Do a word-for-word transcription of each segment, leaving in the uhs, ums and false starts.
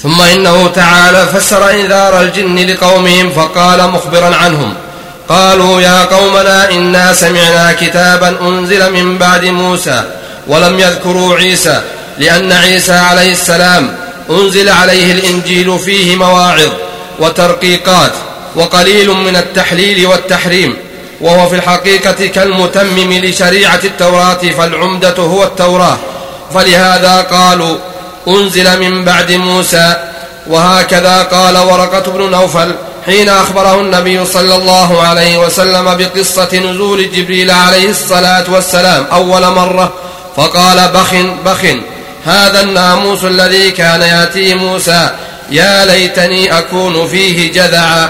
ثم إنه تعالى فسر إنذار الجن لقومهم فقال مخبرا عنهم: قالوا يا قومنا إنا سمعنا كتابا أنزل من بعد موسى، ولم يذكروا عيسى، لأن عيسى عليه السلام أنزل عليه الإنجيل فيه مواعظ وترقيقات وقليل من التحليل والتحريم، وهو في الحقيقة كالمتمم لشريعة التوراة، فالعمدة هو التوراة، فلهذا قالوا أنزل من بعد موسى. وهكذا قال ورقة بن نوفل حين أخبره النبي صلى الله عليه وسلم بقصة نزول جبريل عليه الصلاة والسلام أول مرة، فقال: بخ بخ هذا الناموس الذي كان يأتي موسى، يا ليتني أكون فيه جذعا،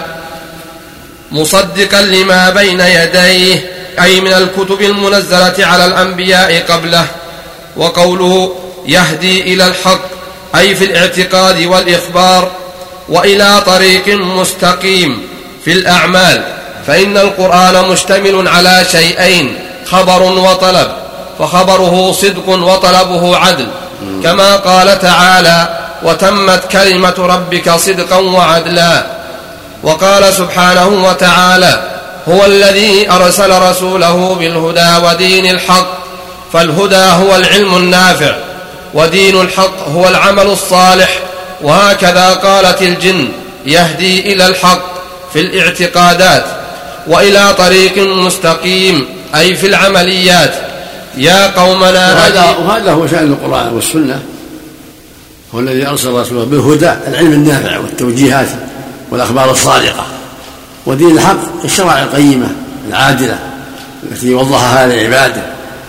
مصدقا لما بين يديه، أي من الكتب المنزلة على الأنبياء قبله. وقوله يهدي إلى الحق أي في الاعتقاد والإخبار، وإلى طريق مستقيم في الأعمال، فإن القرآن مشتمل على شيئين: خبر وطلب، فخبره صدق وطلبه عدل، كما قال تعالى: وتمت كلمة ربك صدقا وعدلا. وقال سبحانه وتعالى: هو الذي أرسل رسوله بالهدى ودين الحق، فالهدى هو العلم النافع، ودين الحق هو العمل الصالح. وهكذا قالت الجن: يهدي إلى الحق في الاعتقادات، وإلى طريق مستقيم أي في العمليات. يا قومنا، وهذا, وهذا هو شأن القرآن والسنة، هو الذي أرسل رسوله بالهدى، العلم النافع والتوجيهات والأخبار الصادقة، ودين الحق الشرائع القيمة العادلة التي وضحها لعباده.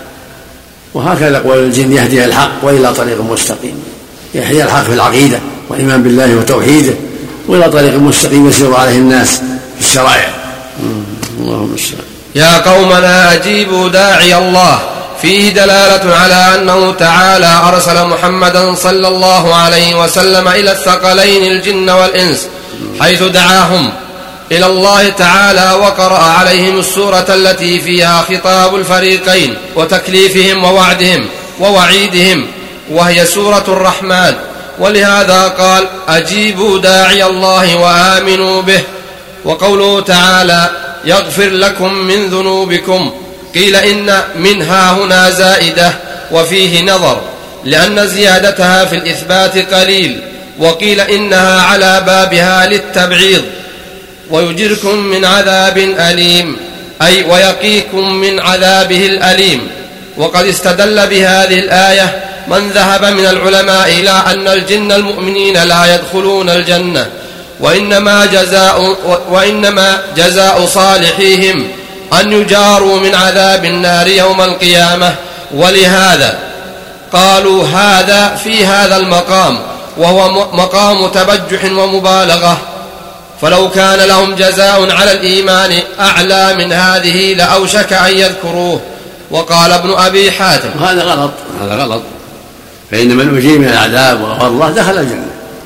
وهكذا قول الجن: يهدي الحق وإلى طريق مستقيم، يحيي الحق في العقيدة والإيمان بالله وتوحيده، وإلى طريق مستقيم يسير عليه الناس في الشرائع. اللهم استعان. يا قومنا أجيبوا داعي الله، فيه دلالة على أنه تعالى أرسل محمدا صلى الله عليه وسلم إلى الثقلين الجن والإنس، حيث دعاهم إلى الله تعالى وقرأ عليهم السورة التي فيها خطاب الفريقين وتكليفهم ووعدهم ووعيدهم، وهي سورة الرحمن. ولهذا قال: أجيبوا داعي الله وآمنوا به. وقوله تعالى: يغفر لكم من ذنوبكم، قيل إن منها هنا زائدة وفيه نظر، لأن زيادتها في الإثبات قليل، وقيل إنها على بابها للتبعيض. ويجركم من عذاب أليم، أي ويقيكم من عذابه الأليم. وقد استدل بهذه الآية من ذهب من العلماء إلى أن الجن المؤمنين لا يدخلون الجنة، وإنما جزاء, وإنما جزاء صالحيهم أن يجاروا من عذاب النار يوم القيامة. ولهذا قالوا هذا في هذا المقام، وهو مقام تبجح ومبالغة، فلو كان لهم جزاء على الإيمان أعلى من هذه لأوشك أن يذكروه. وقال ابن أبي حاتم: هذا غلط، هذا غلط، فإن من أجيب من العذاب وغفر الله دخل الجنة.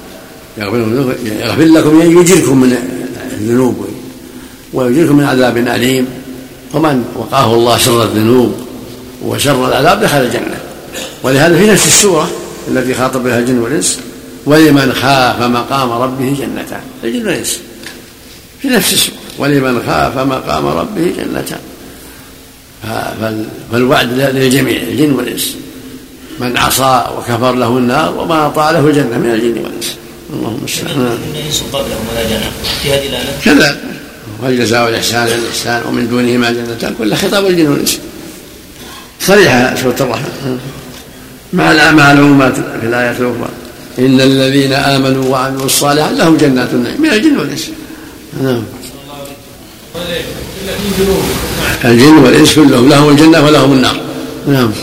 يغفر لكم يجركم من الذنوب ويجركم من عذاب أليم، ومن وقاه الله شر الذنوب وشر العذاب دخل الجنة. ولهذا في نفس السورة التي خاطب بها الجن والإنس: ولمن خاف مقام ربه جنتان. الجن والإنس في نفس السورة: ولمن خاف مقام ربه جنتان. فالوعد للجميع الجن والإنس، من عصى وكفر له النار، ومن أطاع له الجنة من الجن والإنس. اللهم استعان. كذا والجزاء والإحسان الإحسان، ومن دونهما جنتان، كل خطاب الجن والإنس صريحة سورة الرحمن مع العمومات في الآية الأخرى: إن الذين آمنوا وعملوا الصالحات لهم جنات النعيم من الجن والإنس. نعم. الجن والإنس كلهم لهم الجنة ولهم النار. نعم.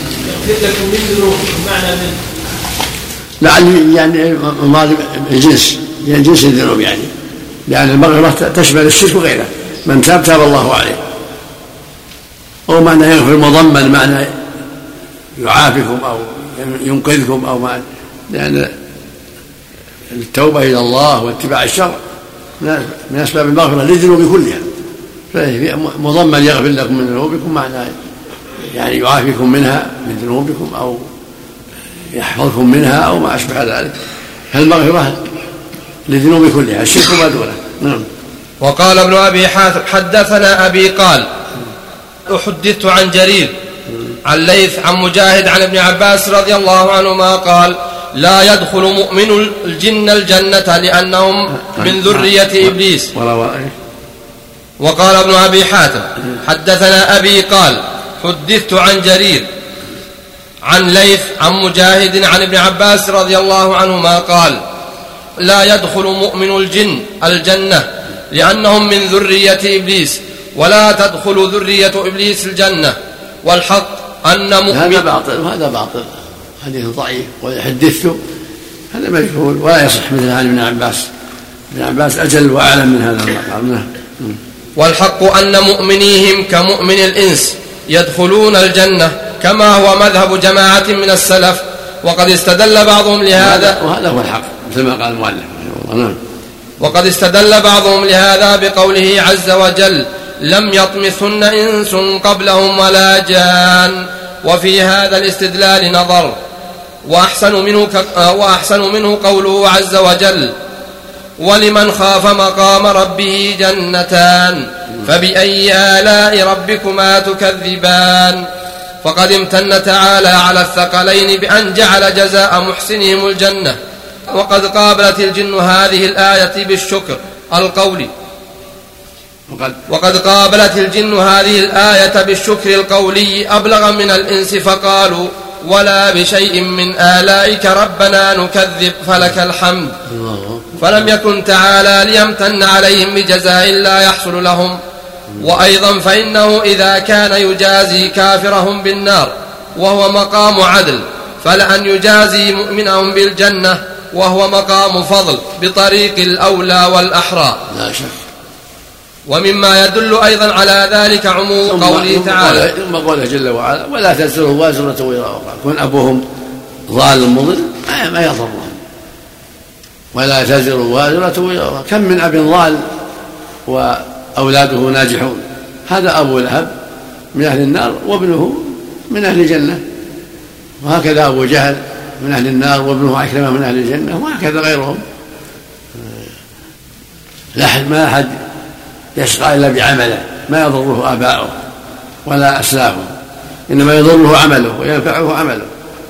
لعل يعني الجنس يعني جنس الذنوب، يعني لأن المغفرة تشمل الشرك وغيره، من تاب تاب الله عليه. أو معنى يغفر مضمن معنى يعافكم أو ينقذكم، أو معنى لأن التوبة إلى الله واتباع الشرع من أسباب المغفرة للذنوب كلها، فمضمن يغفر لكم من ذنوبكم معنى يعني يعافيكم منها من ذنوبكم أو يحفظكم منها أو ما أشبه ذلك. فالمغفرة للذنوب كلها، الشرك ما دونه. نعم. وقال ابن أبي حاتم حدثنا أبي قال أحدثت عن جرير عن ليث عن مجاهد عن ابن عباس رضي الله عنهما قال لا يدخل مؤمن الجن الجنة لأنهم من ذرية إبليس. وقال ابن أبي حاتم حدثنا أبي قال حدثت عن جرير عن ليث عن مجاهد عن ابن عباس رضي الله عنهما قال لا يدخل مؤمن الجن الجنة لأنهم من ذرية إبليس ولا تدخل ذرية إبليس الجنة. والحق أن مؤمن هذا باطل وهذا باطل، حديث ضعيف. وحدثت هذا مجهول ولا يصح مثل عن ابن عباس. ابن عباس أجل وأعلم من هذا المقام. والحق أن مؤمنيهم كمؤمن الإنس يدخلون الجنة كما هو مذهب جماعة من السلف. وقد استدل بعضهم لهذا وهذا هو الحق مثل ما قال المؤلف. وقد استدل بعضهم لهذا بقوله عز وجل لم يطمثن إنس قبلهم ولا جان. وفي هذا الاستدلال نظر، وأحسن منه, وأحسن منه قوله عز وجل ولمن خاف مقام ربه جنتان فبأي آلاء ربكما تكذبان. فقد امتن تعالى على الثقلين بأن جعل جزاء محسنهم الجنة. وقد قابلت الجن هذه الآية بالشكر القولي وقد قابلت الجن هذه الآية بالشكر القولي أبلغ من الإنس فقالوا ولا بشيء من آلائك ربنا نكذب فلك الحمد. فلم يكن تعالى ليمتن عليهم بجزاء لا يحصل لهم. وأيضا فإنه إذا كان يجازي كافرهم بالنار وهو مقام عدل فلأن يجازي مؤمنهم بالجنة وهو مقام فضل بطريق الأولى والأحرى لا شك. ومما يدل أيضا على ذلك عموم قوله تعالى ثم قوله جل وعلا ولا تزر وازرة وزر أخرى. كون أبوهم ضال مضل ما يضرهم، ولا تزر وازرة وزر أخرى. كم من أب ضال وأولاده ناجحون، هذا أبو لهب من أهل النار وابنه من أهل الجنة، وهكذا أبو جهل من أهل النار وابنه عكرمة من أهل الجنة، وهكذا غيرهم. ما أحد يشقى إلا بعمله، ما يضره آباؤه ولا أسلافه، إنما يضره عمله وينفعه عمله.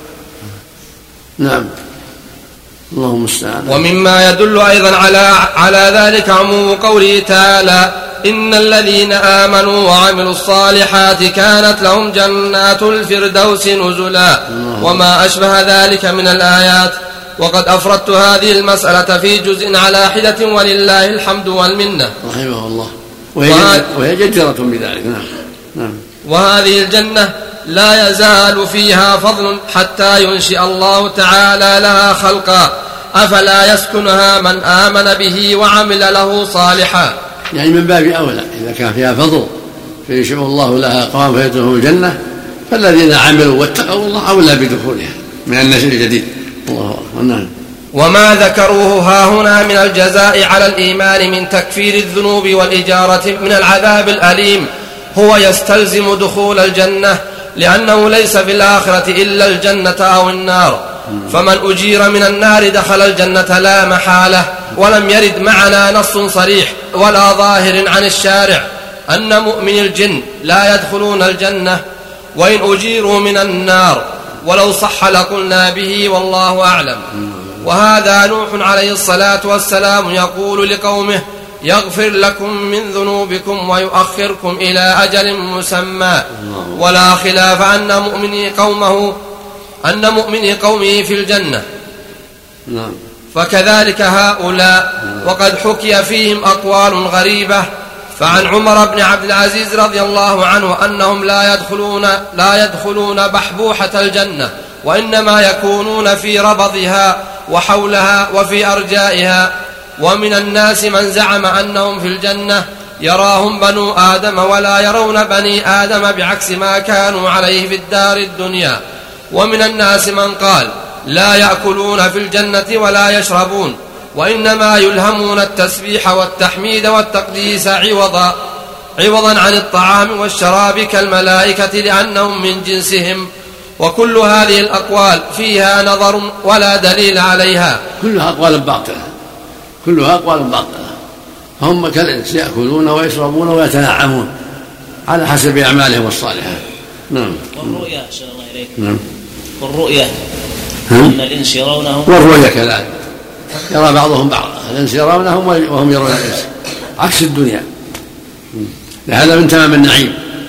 نعم. اللهم المستعان. ومما يدل أيضا على على ذلك عموم قوله تعالى إن الذين آمنوا وعملوا الصالحات كانت لهم جنات الفردوس نزلا وما أشبه ذلك من الآيات. وقد أفردت هذه المسألة في جزء على حدة ولله الحمد والمنة رحمه الله، وهي, وهي جديرة بذلك. نعم. نعم. وهذه الجنة لا يزال فيها فضل حتى ينشئ الله تعالى لها خلقا، أفلا يسكنها من آمن به وعمل له صالحا. يعني من باب أولى إذا كان فيها فضل فينشئ الله لها قوام فيدخلون الجنة، فالذين عملوا واتقوا الله أولى بدخولها من النشء الجديد. الله أكبر. وما ذكروه ها هنا من الجزاء على الإيمان من تكفير الذنوب والإجارة من العذاب الأليم هو يستلزم دخول الجنة، لأنه ليس في الآخرة إلا الجنة أو النار، فمن أجير من النار دخل الجنة لا محالة. ولم يرد معنا نص صريح ولا ظاهر عن الشارع أن مؤمن الجن لا يدخلون الجنة وإن أجيروا من النار، ولو صح لقلنا به والله أعلم. وهذا نوح عليه الصلاة والسلام يقول لقومه يغفر لكم من ذنوبكم ويؤخركم إلى أجل مسمى، ولا خلاف أن مؤمني قومه أن مؤمني قومه في الجنة، فكذلك هؤلاء. وقد حكي فيهم أقوال غريبة، فعن عمر بن عبد العزيز رضي الله عنه أنهم لا يدخلون لا يدخلون بحبوحة الجنة، وإنما يكونون في ربضها وحولها وفي أرجائها. ومن الناس من زعم أنهم في الجنة يراهم بنو آدم ولا يرون بني آدم بعكس ما كانوا عليه في الدار الدنيا. ومن الناس من قال لا يأكلون في الجنة ولا يشربون، وإنما يلهمون التسبيح والتحميد والتقديس عوضا عوضا عن الطعام والشراب كالملائكة لأنهم من جنسهم. وكل هذه الأقوال فيها نظر ولا دليل عليها. كلها أقوال باطلة، كلها أقوال باطلة. هم كالإنس يأكلون ويشربون ويتنعمون على حسب أعمالهم الصالحة. نعم. والرؤيا أحسن الله إليك. نعم. والرؤيا أن الإنس يرونهم. والرؤيا كذلك يرى بعضهم بعضا، الإنس يرونهم وهم يرون الإنس، عكس الدنيا. لهذا من تمام النعيم.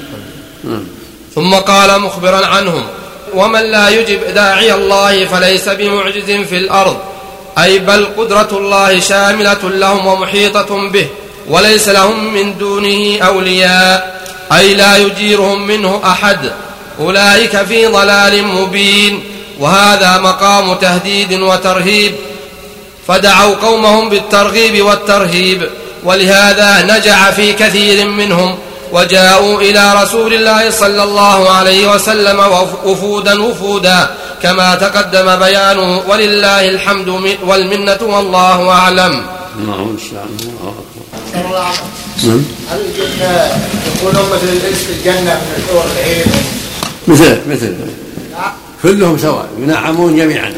ثم قال مخبرا عنهم: ومن لا يجب داعي الله فليس بمعجز في الأرض، أي بل قدرة الله شاملة لهم ومحيطة به، وليس لهم من دونه أولياء، أي لا يجيرهم منه أحد، أولئك في ضلال مبين. وهذا مقام تهديد وترهيب، فدعوا قومهم بالترغيب والترهيب، ولهذا نجع في كثير منهم، وجاءوا إلى رسول الله صلى الله عليه وسلم وفودا وفودا كما تقدم بيانه، ولله الحمد والمنة والله أعلم. اللهم صل على محمد. هل يكونون مثل الإنس في الجنة من الحور العين؟ مثل مثل كلهم سواء ينعمون جميعا.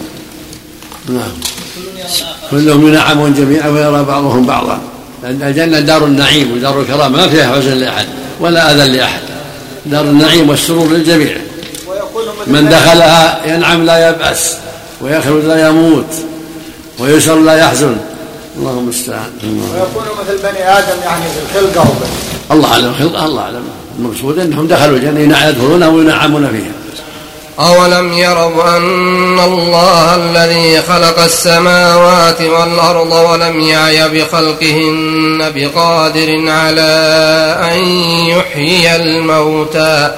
نعم، كلهم ينعمون جميعا ويرى بعضهم بعضا. الجنة دار النعيم ودار الكرام، ما فيها حزن لأحد ولا أذى لأحد، دار النعيم والسرور للجميع. من دخلها ينعم لا يبأس، ويخرج لا يموت، ويسر لا يحزن. اللهم المستعان. ويكونوا مثل بني آدم يعني في الخلقة. الله أعلم خلقه، الله أعلم. المقصود أنهم دخلوا الجنة يدخلونها وينعمون فيها. أولم يروا أن الله الذي خلق السماوات والأرض ولم يعي بخلقهن بقادر على أن يحيي الموتى،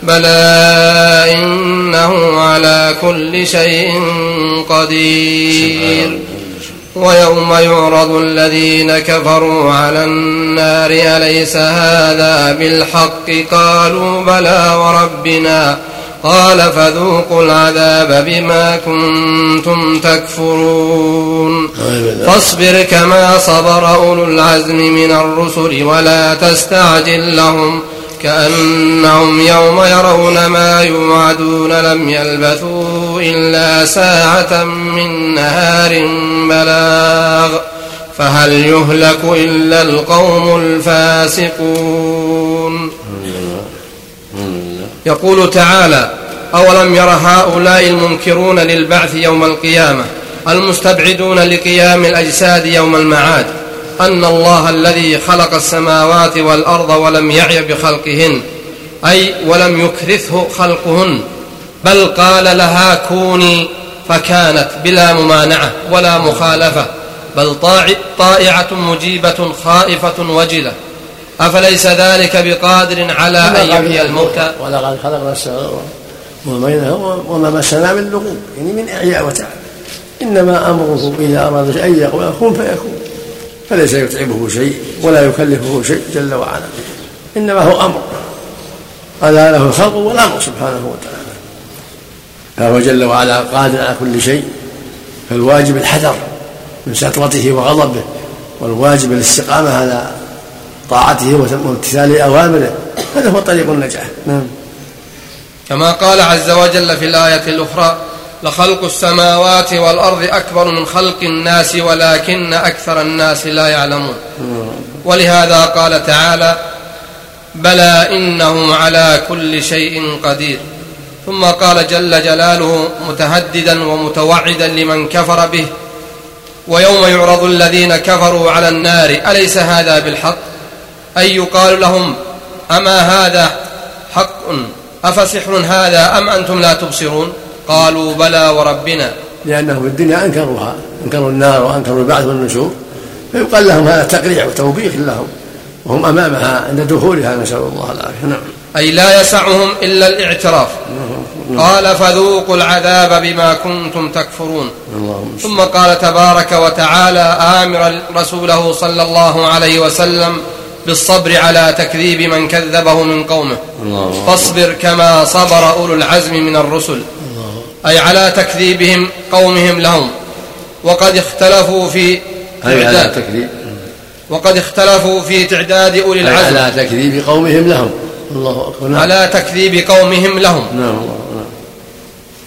بلى إنه على كل شيء قدير. ويوم يعرض الذين كفروا على النار أليس هذا بالحق؟ قالوا بلى وربنا، قال فذوقوا العذاب بما كنتم تكفرون. فاصبر كما صبر أولو العزم من الرسل ولا تستعجل لهم، كأنهم يوم يرون ما يوعدون لم يلبثوا إلا ساعة من نهار بلاغ، فهل يهلك إلا القوم الفاسقون. يقول تعالى: أولم ير هؤلاء المنكرون للبعث يوم القيامة المستبعدون لقيام الأجساد يوم المعاد أن الله الذي خلق السماوات والأرض ولم يعي بخلقهن، أي ولم يكرثه خلقهن، بل قال لها كوني فكانت بلا ممانعة ولا مخالفة، بل طائعة مجيبة خائفة وجلة. أفليس ذلك بقادر على أن يحيي الموتى؟ ولقد خلقنا السماوات وما مسنا من لغوب، يعني من إعياء وتعب. إنما أمره إذا أراد أن يقول كن فيكون، فليس يتعبه شيء ولا يكلفه شيء جل وعلا، إنما هو أمر، ألا له الخلق والأمر سبحانه وتعالى، فهو جل وعلا قادر على كل شيء. فالواجب الحذر من سطوته وغضبه، والواجب الاستقامة على طاعته وامتثال أوامره، هذا هو طريق النجاة. نعم. كما قال عز وجل في الآية الأخرى: لخلق السماوات والأرض أكبر من خلق الناس ولكن أكثر الناس لا يعلمون. ولهذا قال تعالى: بلى إنه على كل شيء قدير. ثم قال جل جلاله متهددا ومتوعدا لمن كفر به: ويوم يعرض الذين كفروا على النار أليس هذا بالحق؟ أي يقال لهم: أما هذا حق؟ أفسحر هذا أم أنتم لا تبصرون؟ قالوا بلى وربنا، لأنهم في الدنيا أنكروها، أنكروا النار وأنكروا البعث والنشور، فيقال لهم هذا تقريع وتوبيخ لهم وهم أمامها عند دخولها، نسأل الله العافية. نعم. أي لا يسعهم إلا الاعتراف. قال فذوقوا العذاب بما كنتم تكفرون. ثم قال تبارك وتعالى آمرا رسوله صلى الله عليه وسلم بالصبر على تكذيب من كذبه من قومه: فاصبر كما صبر أولو العزم من الرسل، أي على تكذيبهم قومهم لهم. وقد اختلفوا في تعداد وقد اختلفوا في تعداد أولي العزم على تكذيب قومهم لهم. الله أكبر. على تكذيب قومهم لهم.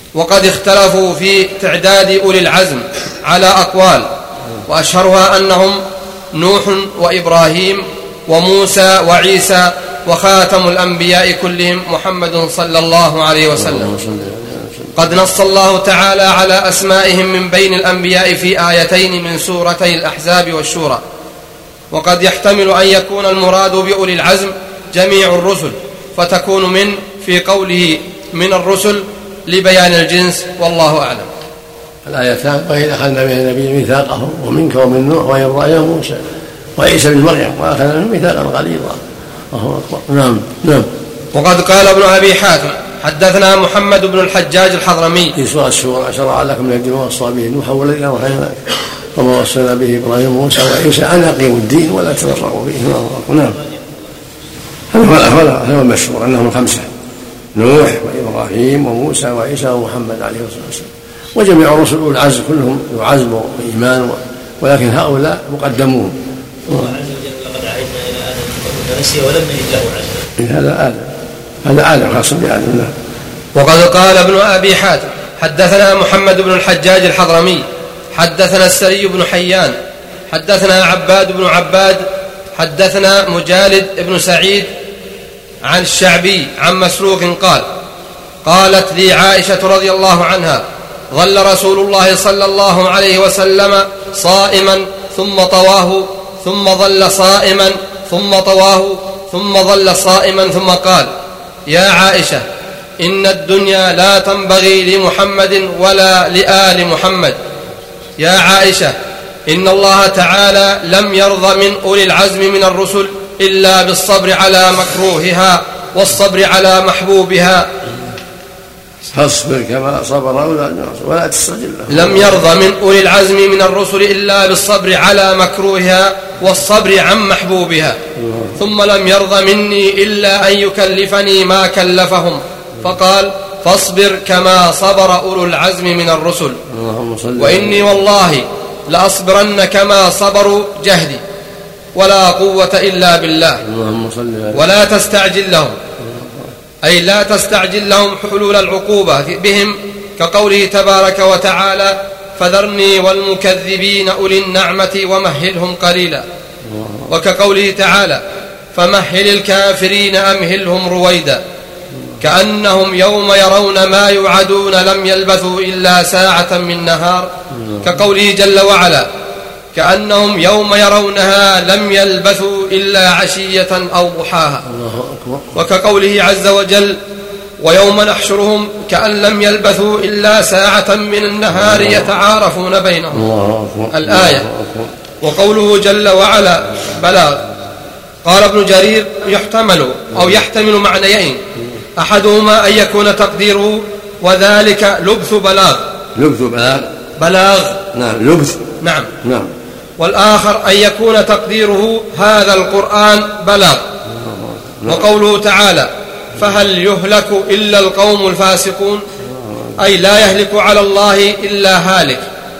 وقد اختلفوا في تعداد أولي العزم على أقوال، وأشهرها أنهم نوح وإبراهيم وموسى وعيسى وخاتم الأنبياء كلهم محمد صلى الله عليه وسلم. قد نص الله تعالى على أسمائهم من بين الأنبياء في آيتين من سورتي الأحزاب والشورى، وقد يحتمل أن يكون المراد بأولي العزم جميع الرسل، فتكون من في قوله من الرسل لبيان الجنس، والله أعلم. الآيتان: وإذ أخذنا من النبي ميثاقهم ومنك ومن نوح وإبراهيم وموسى وعيسى بن مريم وأخذنا منهم ميثاقا غليظا. الله أكبر. نعم نعم. وقد قال ابن أبي حاتم حدثنا محمد بن الحجاج الحضرمي في سورة الشورى: شرع لكم من الدين ووصى به نوحا والذين أوحينا وما وصينا به إبراهيم وموسى وعيسى أن أقيموا الدين ولا تفرقوا فيه. نعم. هذا هو المشهور أنهم خمسة: نوح وإبراهيم وموسى وعيسى ومحمد عليه الصلاة والسلام. وجميع الرسل أولي العزم كلهم ذو عزم وإيمان، ولكن هؤلاء مقدمون. الله عز وجل: لقد عهدنا إلى آدم فنسي ولم نجد له عزما. هذا آدم هذا آدم خاص بآدم. وقد قال ابن أبي حاتم حدثنا محمد بن الحجاج الحضرمي حدثنا السري بن حيان حدثنا عباد بن عباد حدثنا مجالد بن سعيد عن الشعبي عن مسروق قال: قالت لي عائشة رضي الله عنها: ظل رسول الله صلى الله عليه وسلم صائما ثم طواه ثم ظل صائما ثم طواه ثم ظل صائما ثم قال: يا عائشة، إن الدنيا لا تنبغي لمحمد ولا لآل محمد. يا عائشة، إن الله تعالى لم يرض من أولي العزم من الرسل إلا بالصبر على مكروهها والصبر على محبوبها. فاصبر كما صبر أولى ولا تستعجل لهم. لم يرض من أولي العزم من الرسل إلا بالصبر على مكروهها والصبر عن محبوبها. ثم لم يرض مني إلا أن يكلفني ما كلفهم، فقال: فاصبر كما صبر أولو العزم من الرسل. وإني والله لأصبرن كما صبروا جهدي ولا قوة إلا بالله. ولا تستعجل لهم، أي لا تستعجل لهم حلول العقوبة بهم، كقوله تبارك وتعالى: فذرني والمكذبين أولي النعمة ومهلهم قليلا، وكقوله تعالى: فمهل الكافرين أمهلهم رويدا، كأنهم يوم يرون ما يوعدون لم يلبثوا إلا ساعة من نهار، كقوله جل وعلا: كأنهم يوم يرونها لم يلبثوا إلا عشية أو ضحاها، وكقوله عز وجل: ويوم نحشرهم كأن لم يلبثوا إلا ساعة من النهار يتعارفون بينهم. الآية. وقوله جل وعلا بلاغ. قال ابن جرير: يحتمل أو يحتمل معنيين: أحدهما أن يكون تقديره وذلك لبث بلاغ. لبث بلاغ بلاغ نعم لبث نعم نعم والآخر أن يكون تقديره هذا القرآن بلاغ. وقوله تعالى: فهل يهلك إلا القوم الفاسقون، أي لا يهلك على الله إلا هالك.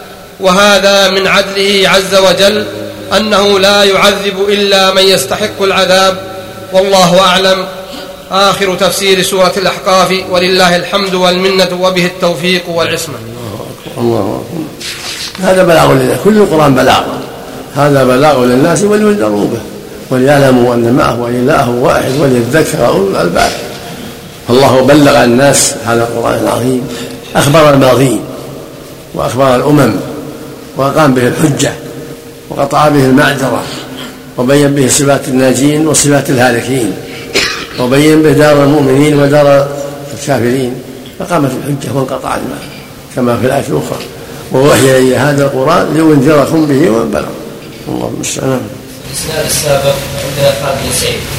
وهذا من عدله عز وجل أنه لا يعذب إلا من يستحق العذاب، والله أعلم. آخر تفسير سورة الأحقاف، ولله الحمد والمنة وبه التوفيق والعصمة. الله أكبر. هذا بلاغ لله، كل القرآن بلاغ، هذا بلاغ للناس ولينذروا به وليعلموا أن معه إله واحد وليذكر أولو الألباب. فالله بلغ الناس هذا القرآن العظيم، أخبر الماضين وأخبر الأمم، وأقام به الحجة، وقطع به المعذرة، وبين به صفات الناجين وصفات الهالكين، وبين به دار المؤمنين ودار الكافرين، فقامت الحجة وانقطع الماء كما في الآية الأخرى: ووحي إلي هذا القرآن لينذركم به ومن بلغ. اللهم المستعان. الإسناد السابق عند خالد بن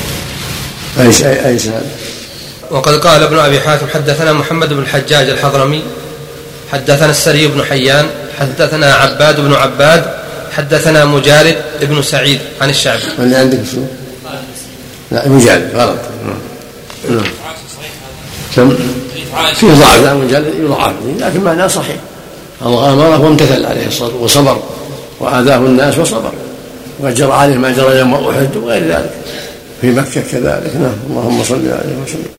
سعيد. أي أي إسناد. وقد قال ابن أبي حاتم حدثنا محمد بن الحجاج الحضرمي حدثنا السري بن حيان حدثنا عباد بن عباد حدثنا مجالد بن سعيد عن الشعبي. واللي عندك شو؟ لا مجالد غلط. نعم. كم؟ في ضعف، لا مجالد يضعف، لكن معناه صحيح. الله أمره وامتثل عليه الصلاة وصبر، وآذاه الناس وصبر، وجرى عليه ما جرى يوم أحد وغير ذلك في مكة كذلك. نعم. اللهم صل عليه وسلم.